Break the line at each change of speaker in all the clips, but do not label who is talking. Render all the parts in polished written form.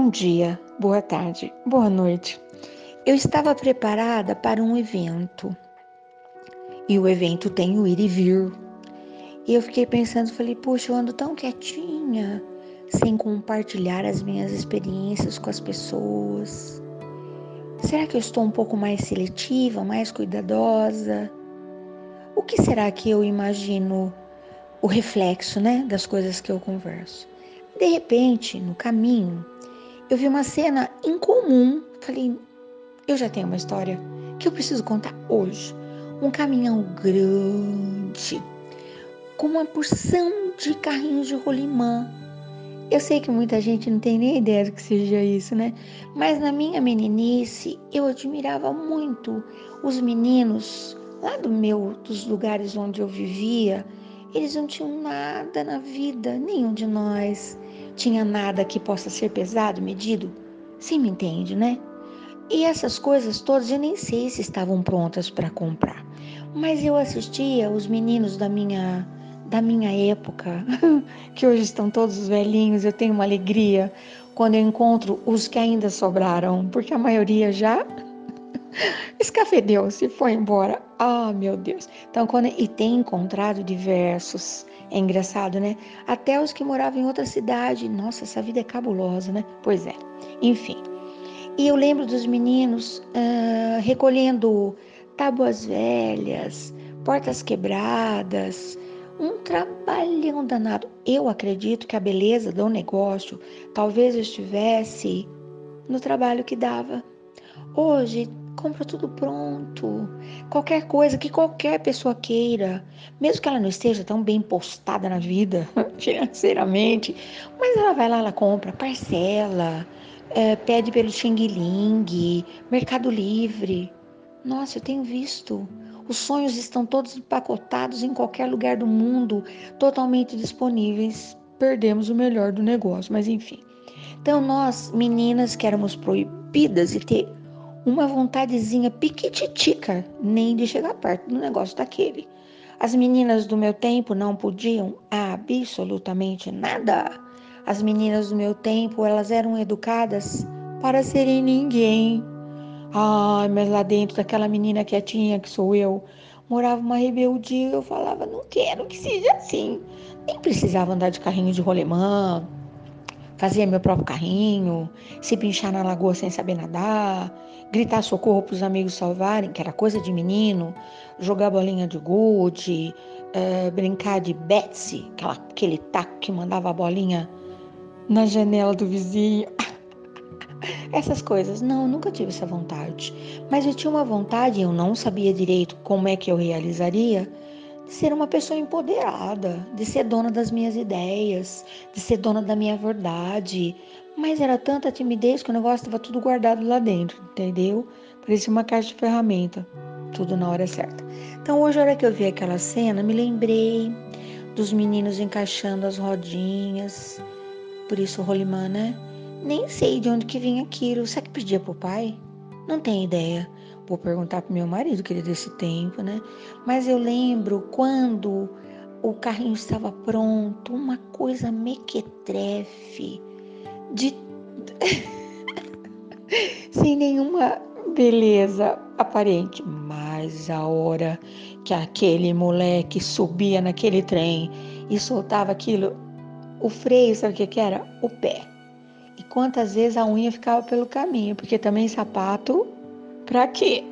Bom dia, boa tarde, boa noite. Eu estava preparada para um evento e o evento tem o ir e vir. E eu fiquei pensando, falei, puxa, eu ando tão quietinha, sem compartilhar as minhas experiências com as pessoas. Será que eu estou um pouco mais seletiva, mais cuidadosa? O que será que eu imagino o reflexo, das coisas que eu converso? De repente, no caminho, eu vi uma cena incomum. Falei, eu já tenho uma história que eu preciso contar hoje. Um caminhão grande, com uma porção de carrinhos de rolimã. Eu sei que muita gente não tem nem ideia do que seja isso, né? Mas na minha meninice, eu admirava muito os meninos lá dos lugares onde eu vivia. Eles não tinham nada na vida, nenhum de nós tinha nada que possa ser pesado, medido. Você me entende, né? E essas coisas todas eu nem sei se estavam prontas para comprar. Mas eu assistia os meninos da minha época, que hoje estão todos velhinhos, eu tenho uma alegria quando eu encontro os que ainda sobraram, porque a maioria já escafedeu-se, foi embora. Ah, meu Deus. Então, e tem encontrado diversos. É engraçado, né? Até os que moravam em outra cidade. Nossa, essa vida é cabulosa, né? Pois é. Enfim. E eu lembro dos meninos recolhendo tábuas velhas, portas quebradas, um trabalhão danado. Eu acredito que a beleza do negócio talvez estivesse no trabalho que dava. Hoje, compra tudo pronto. Qualquer coisa que qualquer pessoa queira, mesmo que ela não esteja tão bem postada na vida financeiramente, mas ela vai lá, ela compra, parcela, pede pelo Xing Ling, Mercado Livre. Nossa, eu tenho visto. Os sonhos estão todos empacotados em qualquer lugar do mundo, totalmente disponíveis. Perdemos o melhor do negócio, mas enfim. Então, nós, meninas que éramos proibidas de ter uma vontadezinha piquititica, nem de chegar perto do negócio daquele. As meninas do meu tempo não podiam absolutamente nada. As meninas do meu tempo, elas eram educadas para serem ninguém. Ai, mas lá dentro daquela menina quietinha que sou eu, morava uma rebeldia. Eu falava, não quero que seja assim. Nem precisava andar de carrinho de rolemã, fazia meu próprio carrinho, se pinchar na lagoa sem saber nadar, gritar socorro para os amigos salvarem, que era coisa de menino, jogar bolinha de gude, brincar de Betsy, aquele taco que mandava a bolinha na janela do vizinho. Essas coisas. Não, nunca tive essa vontade. Mas eu tinha uma vontade, eu não sabia direito como é que eu realizaria, de ser uma pessoa empoderada, de ser dona das minhas ideias, de ser dona da minha verdade. Mas era tanta timidez que o negócio estava tudo guardado lá dentro, entendeu? Parecia uma caixa de ferramenta, tudo na hora certa. Então hoje, a hora que eu vi aquela cena, me lembrei dos meninos encaixando as rodinhas, por isso o rolimã, né? Nem sei de onde que vinha aquilo. Será que pedia pro pai? Não tenho ideia. Vou perguntar pro meu marido, que ele é desse tempo, né? Mas eu lembro quando o carrinho estava pronto, uma coisa mequetrefe, de sem nenhuma beleza aparente. Mas a hora que aquele moleque subia naquele trem e soltava aquilo, o freio, sabe o que era? O pé. E quantas vezes a unha ficava pelo caminho, porque também sapato, pra quê?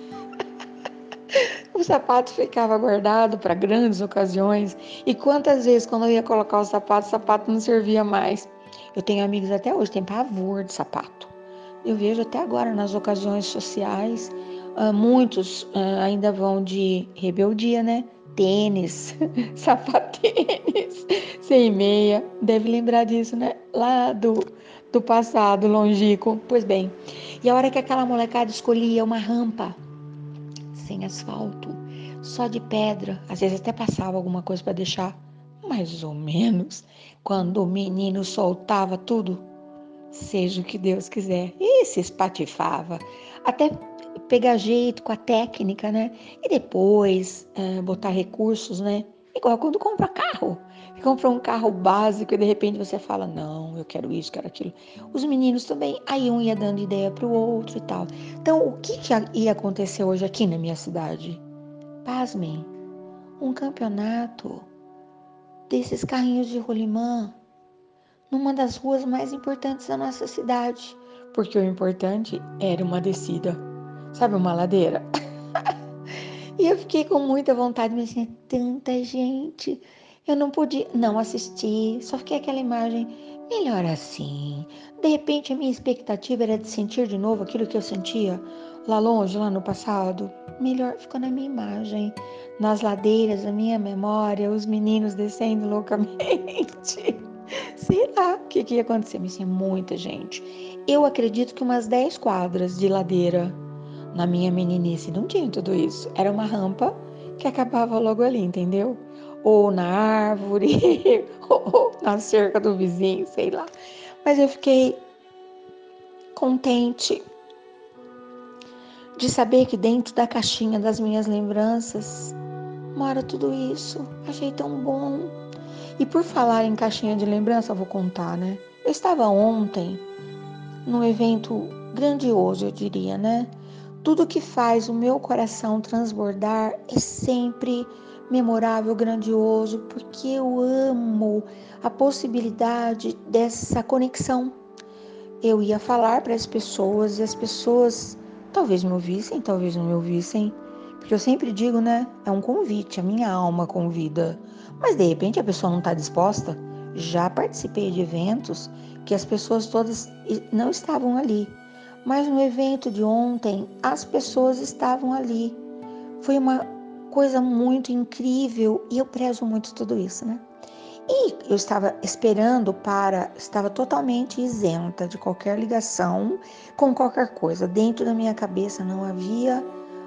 O sapato ficava guardado para grandes ocasiões. E quantas vezes, quando eu ia colocar o sapato não servia mais. Eu tenho amigos até hoje, tem pavor de sapato. Eu vejo até agora nas ocasiões sociais, muitos ainda vão de rebeldia, né? Tênis, sapatênis, sem meia. Deve lembrar disso, né? Lá do passado longínquo. Pois bem, e a hora que aquela molecada escolhia uma rampa sem asfalto, só de pedra, às vezes até passava alguma coisa para deixar mais ou menos, quando o menino soltava tudo, seja o que Deus quiser, e se espatifava, até pegar jeito com a técnica, né? E depois botar recursos, né? Igual quando compra carro. comprou um carro básico e de repente você fala, não, eu quero isso, quero aquilo. Os meninos também, aí um ia dando ideia para o outro e tal. Então, o que ia acontecer hoje aqui na minha cidade? Pasmem, um campeonato desses carrinhos de rolimã numa das ruas mais importantes da nossa cidade, porque o importante era uma descida, sabe, uma ladeira. E eu fiquei com muita vontade, mas tinha tanta gente. Eu não podia não assistir, só fiquei aquela imagem, melhor assim. De repente a minha expectativa era de sentir de novo aquilo que eu sentia lá longe, lá no passado. Melhor ficou na minha imagem, nas ladeiras da minha memória, os meninos descendo loucamente. Sei lá o que ia acontecer, mas tinha muita gente. Eu acredito que umas 10 quadras de ladeira na minha meninice não tinha tudo isso. Era uma rampa que acabava logo ali, entendeu? Ou na árvore, ou na cerca do vizinho, sei lá. Mas eu fiquei contente de saber que dentro da caixinha das minhas lembranças mora tudo isso. Achei tão bom. E por falar em caixinha de lembrança, eu vou contar, né? Eu estava ontem num evento grandioso, eu diria, né? Tudo que faz o meu coração transbordar é sempre memorável, grandioso, porque eu amo a possibilidade dessa conexão. Eu ia falar para as pessoas e as pessoas talvez me ouvissem, talvez não me ouvissem, porque eu sempre digo, né? É um convite, a minha alma convida. Mas de repente a pessoa não está disposta. Já participei de eventos que as pessoas todas não estavam ali. Mas no evento de ontem, as pessoas estavam ali. Foi uma coisa muito incrível e eu prezo muito tudo isso, né? E eu estava estava totalmente isenta de qualquer ligação com qualquer coisa. Dentro da minha cabeça não havia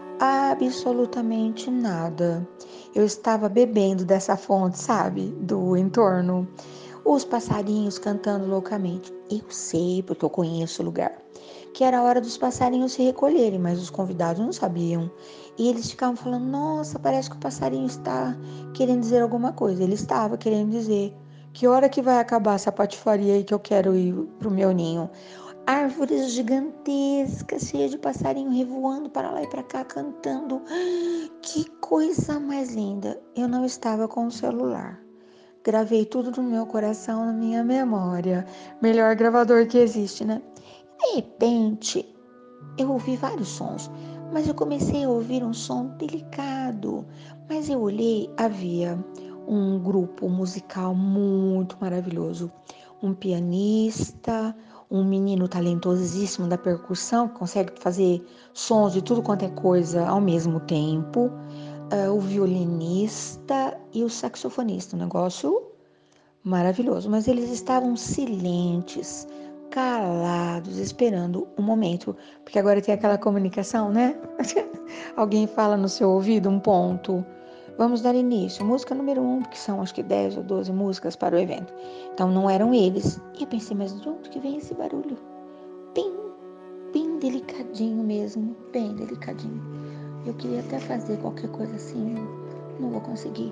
absolutamente nada. Eu estava bebendo dessa fonte, sabe? Do entorno. Os passarinhos cantando loucamente. Eu sei, porque eu conheço o lugar, que era a hora dos passarinhos se recolherem, mas os convidados não sabiam. E eles ficavam falando: nossa, parece que o passarinho está querendo dizer alguma coisa. Ele estava querendo dizer: que hora que vai acabar essa patifaria aí que eu quero ir pro meu ninho? Árvores gigantescas, cheias de passarinho revoando para lá e para cá, cantando. Que coisa mais linda! Eu não estava com o celular. Gravei tudo no meu coração, na minha memória. Melhor gravador que existe, né? De repente, eu ouvi vários sons, mas eu comecei a ouvir um som delicado. Mas eu olhei, havia um grupo musical muito maravilhoso. Um pianista, um menino talentosíssimo da percussão, que consegue fazer sons de tudo quanto é coisa ao mesmo tempo. O violinista e o saxofonista. Um negócio maravilhoso, mas eles estavam silentes, calados, esperando um momento, porque agora tem aquela comunicação, né? Alguém fala no seu ouvido um ponto. Vamos dar início. Música número 1, porque são acho que 10 ou 12 músicas para o evento. Então não eram eles. E eu pensei, mas de onde que vem esse barulho? Bem, bem delicadinho mesmo, bem delicadinho. Eu queria até fazer qualquer coisa assim, não vou conseguir.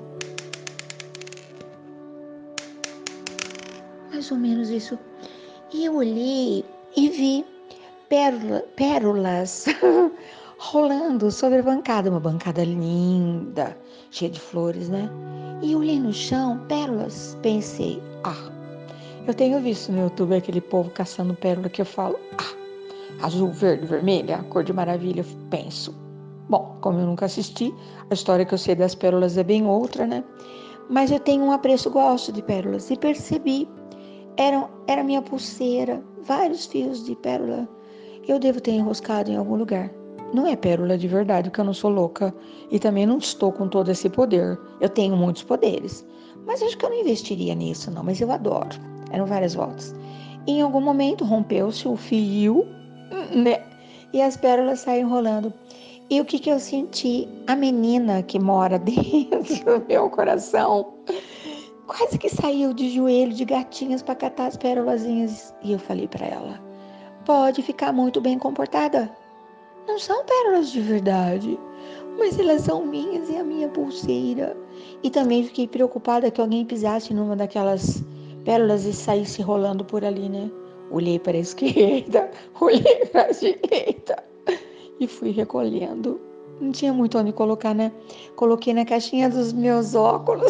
Mais ou menos isso. E eu olhei e vi pérolas rolando sobre a bancada, uma bancada linda, cheia de flores, né? E eu olhei no chão, pérolas, pensei, eu tenho visto no YouTube aquele povo caçando pérola que eu falo, azul, verde, vermelha, cor de maravilha, eu penso. Bom, como eu nunca assisti, a história que eu sei das pérolas é bem outra, né? Mas eu tenho um apreço, gosto de pérolas e percebi era minha pulseira, vários fios de pérola. Eu devo ter enroscado em algum lugar. Não é pérola de verdade, porque eu não sou louca e também não estou com todo esse poder. Eu tenho muitos poderes, mas acho que eu não investiria nisso, não. Mas eu adoro. Eram várias voltas. Em algum momento rompeu-se o fio, né? E as pérolas saíram rolando. E o que eu senti? A menina que mora dentro do meu coração quase que saiu de joelho de gatinhas para catar as pérolazinhas. E eu falei para ela: pode ficar muito bem comportada. Não são pérolas de verdade, mas elas são minhas e a minha pulseira. E também fiquei preocupada que alguém pisasse numa daquelas pérolas e saísse rolando por ali, né? Olhei para a esquerda, olhei para a direita e fui recolhendo. Não tinha muito onde colocar, né? Coloquei na caixinha dos meus óculos.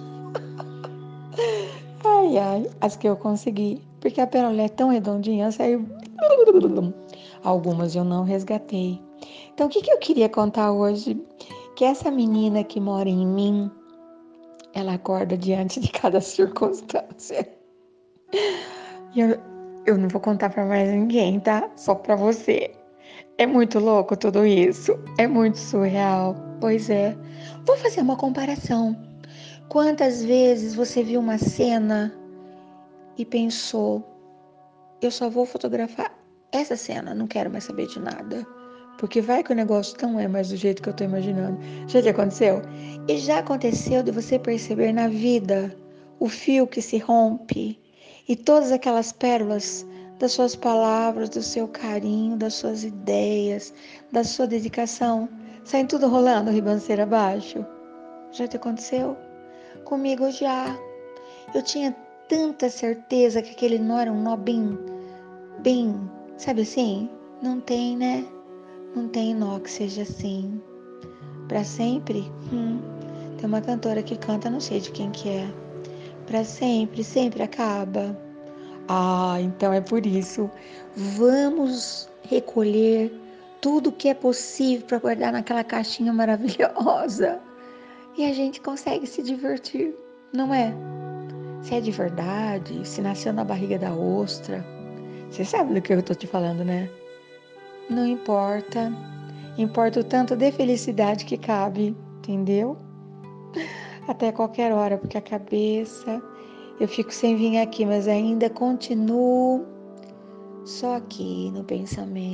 Ai, ai, as que eu consegui. Porque a pérola é tão redondinha, saiu. Algumas eu não resgatei. Então, o que eu queria contar hoje? Que essa menina que mora em mim, ela acorda diante de cada circunstância. E eu não vou contar para mais ninguém, tá? Só para você. É muito louco tudo isso. É muito surreal. Pois é. Vou fazer uma comparação. Quantas vezes você viu uma cena e pensou, eu só vou fotografar essa cena, não quero mais saber de nada. Porque vai que o negócio não é mais do jeito que eu tô imaginando. Já te aconteceu? E já aconteceu de você perceber na vida o fio que se rompe e todas aquelas pérolas das suas palavras, do seu carinho, das suas ideias, da sua dedicação, saem tudo rolando ribanceira abaixo? Já te aconteceu? Comigo já. Eu tinha tanta certeza que aquele nó era um nó bem, sabe assim? Não tem, né? Não tem nó que seja assim. Pra sempre? Tem uma cantora que canta, não sei de quem que é. Pra sempre, sempre acaba. Ah, então é por isso. Vamos recolher tudo que é possível para guardar naquela caixinha maravilhosa. E a gente consegue se divertir, não é? Se é de verdade, se nasceu na barriga da ostra. Você sabe do que eu tô te falando, né? Não importa. Importa o tanto de felicidade que cabe, entendeu? Até qualquer hora, porque a cabeça. Eu fico sem vir aqui, mas ainda continuo só aqui no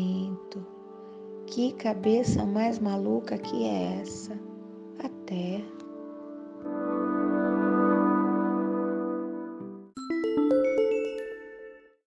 pensamento. Que cabeça mais maluca que é essa? Até.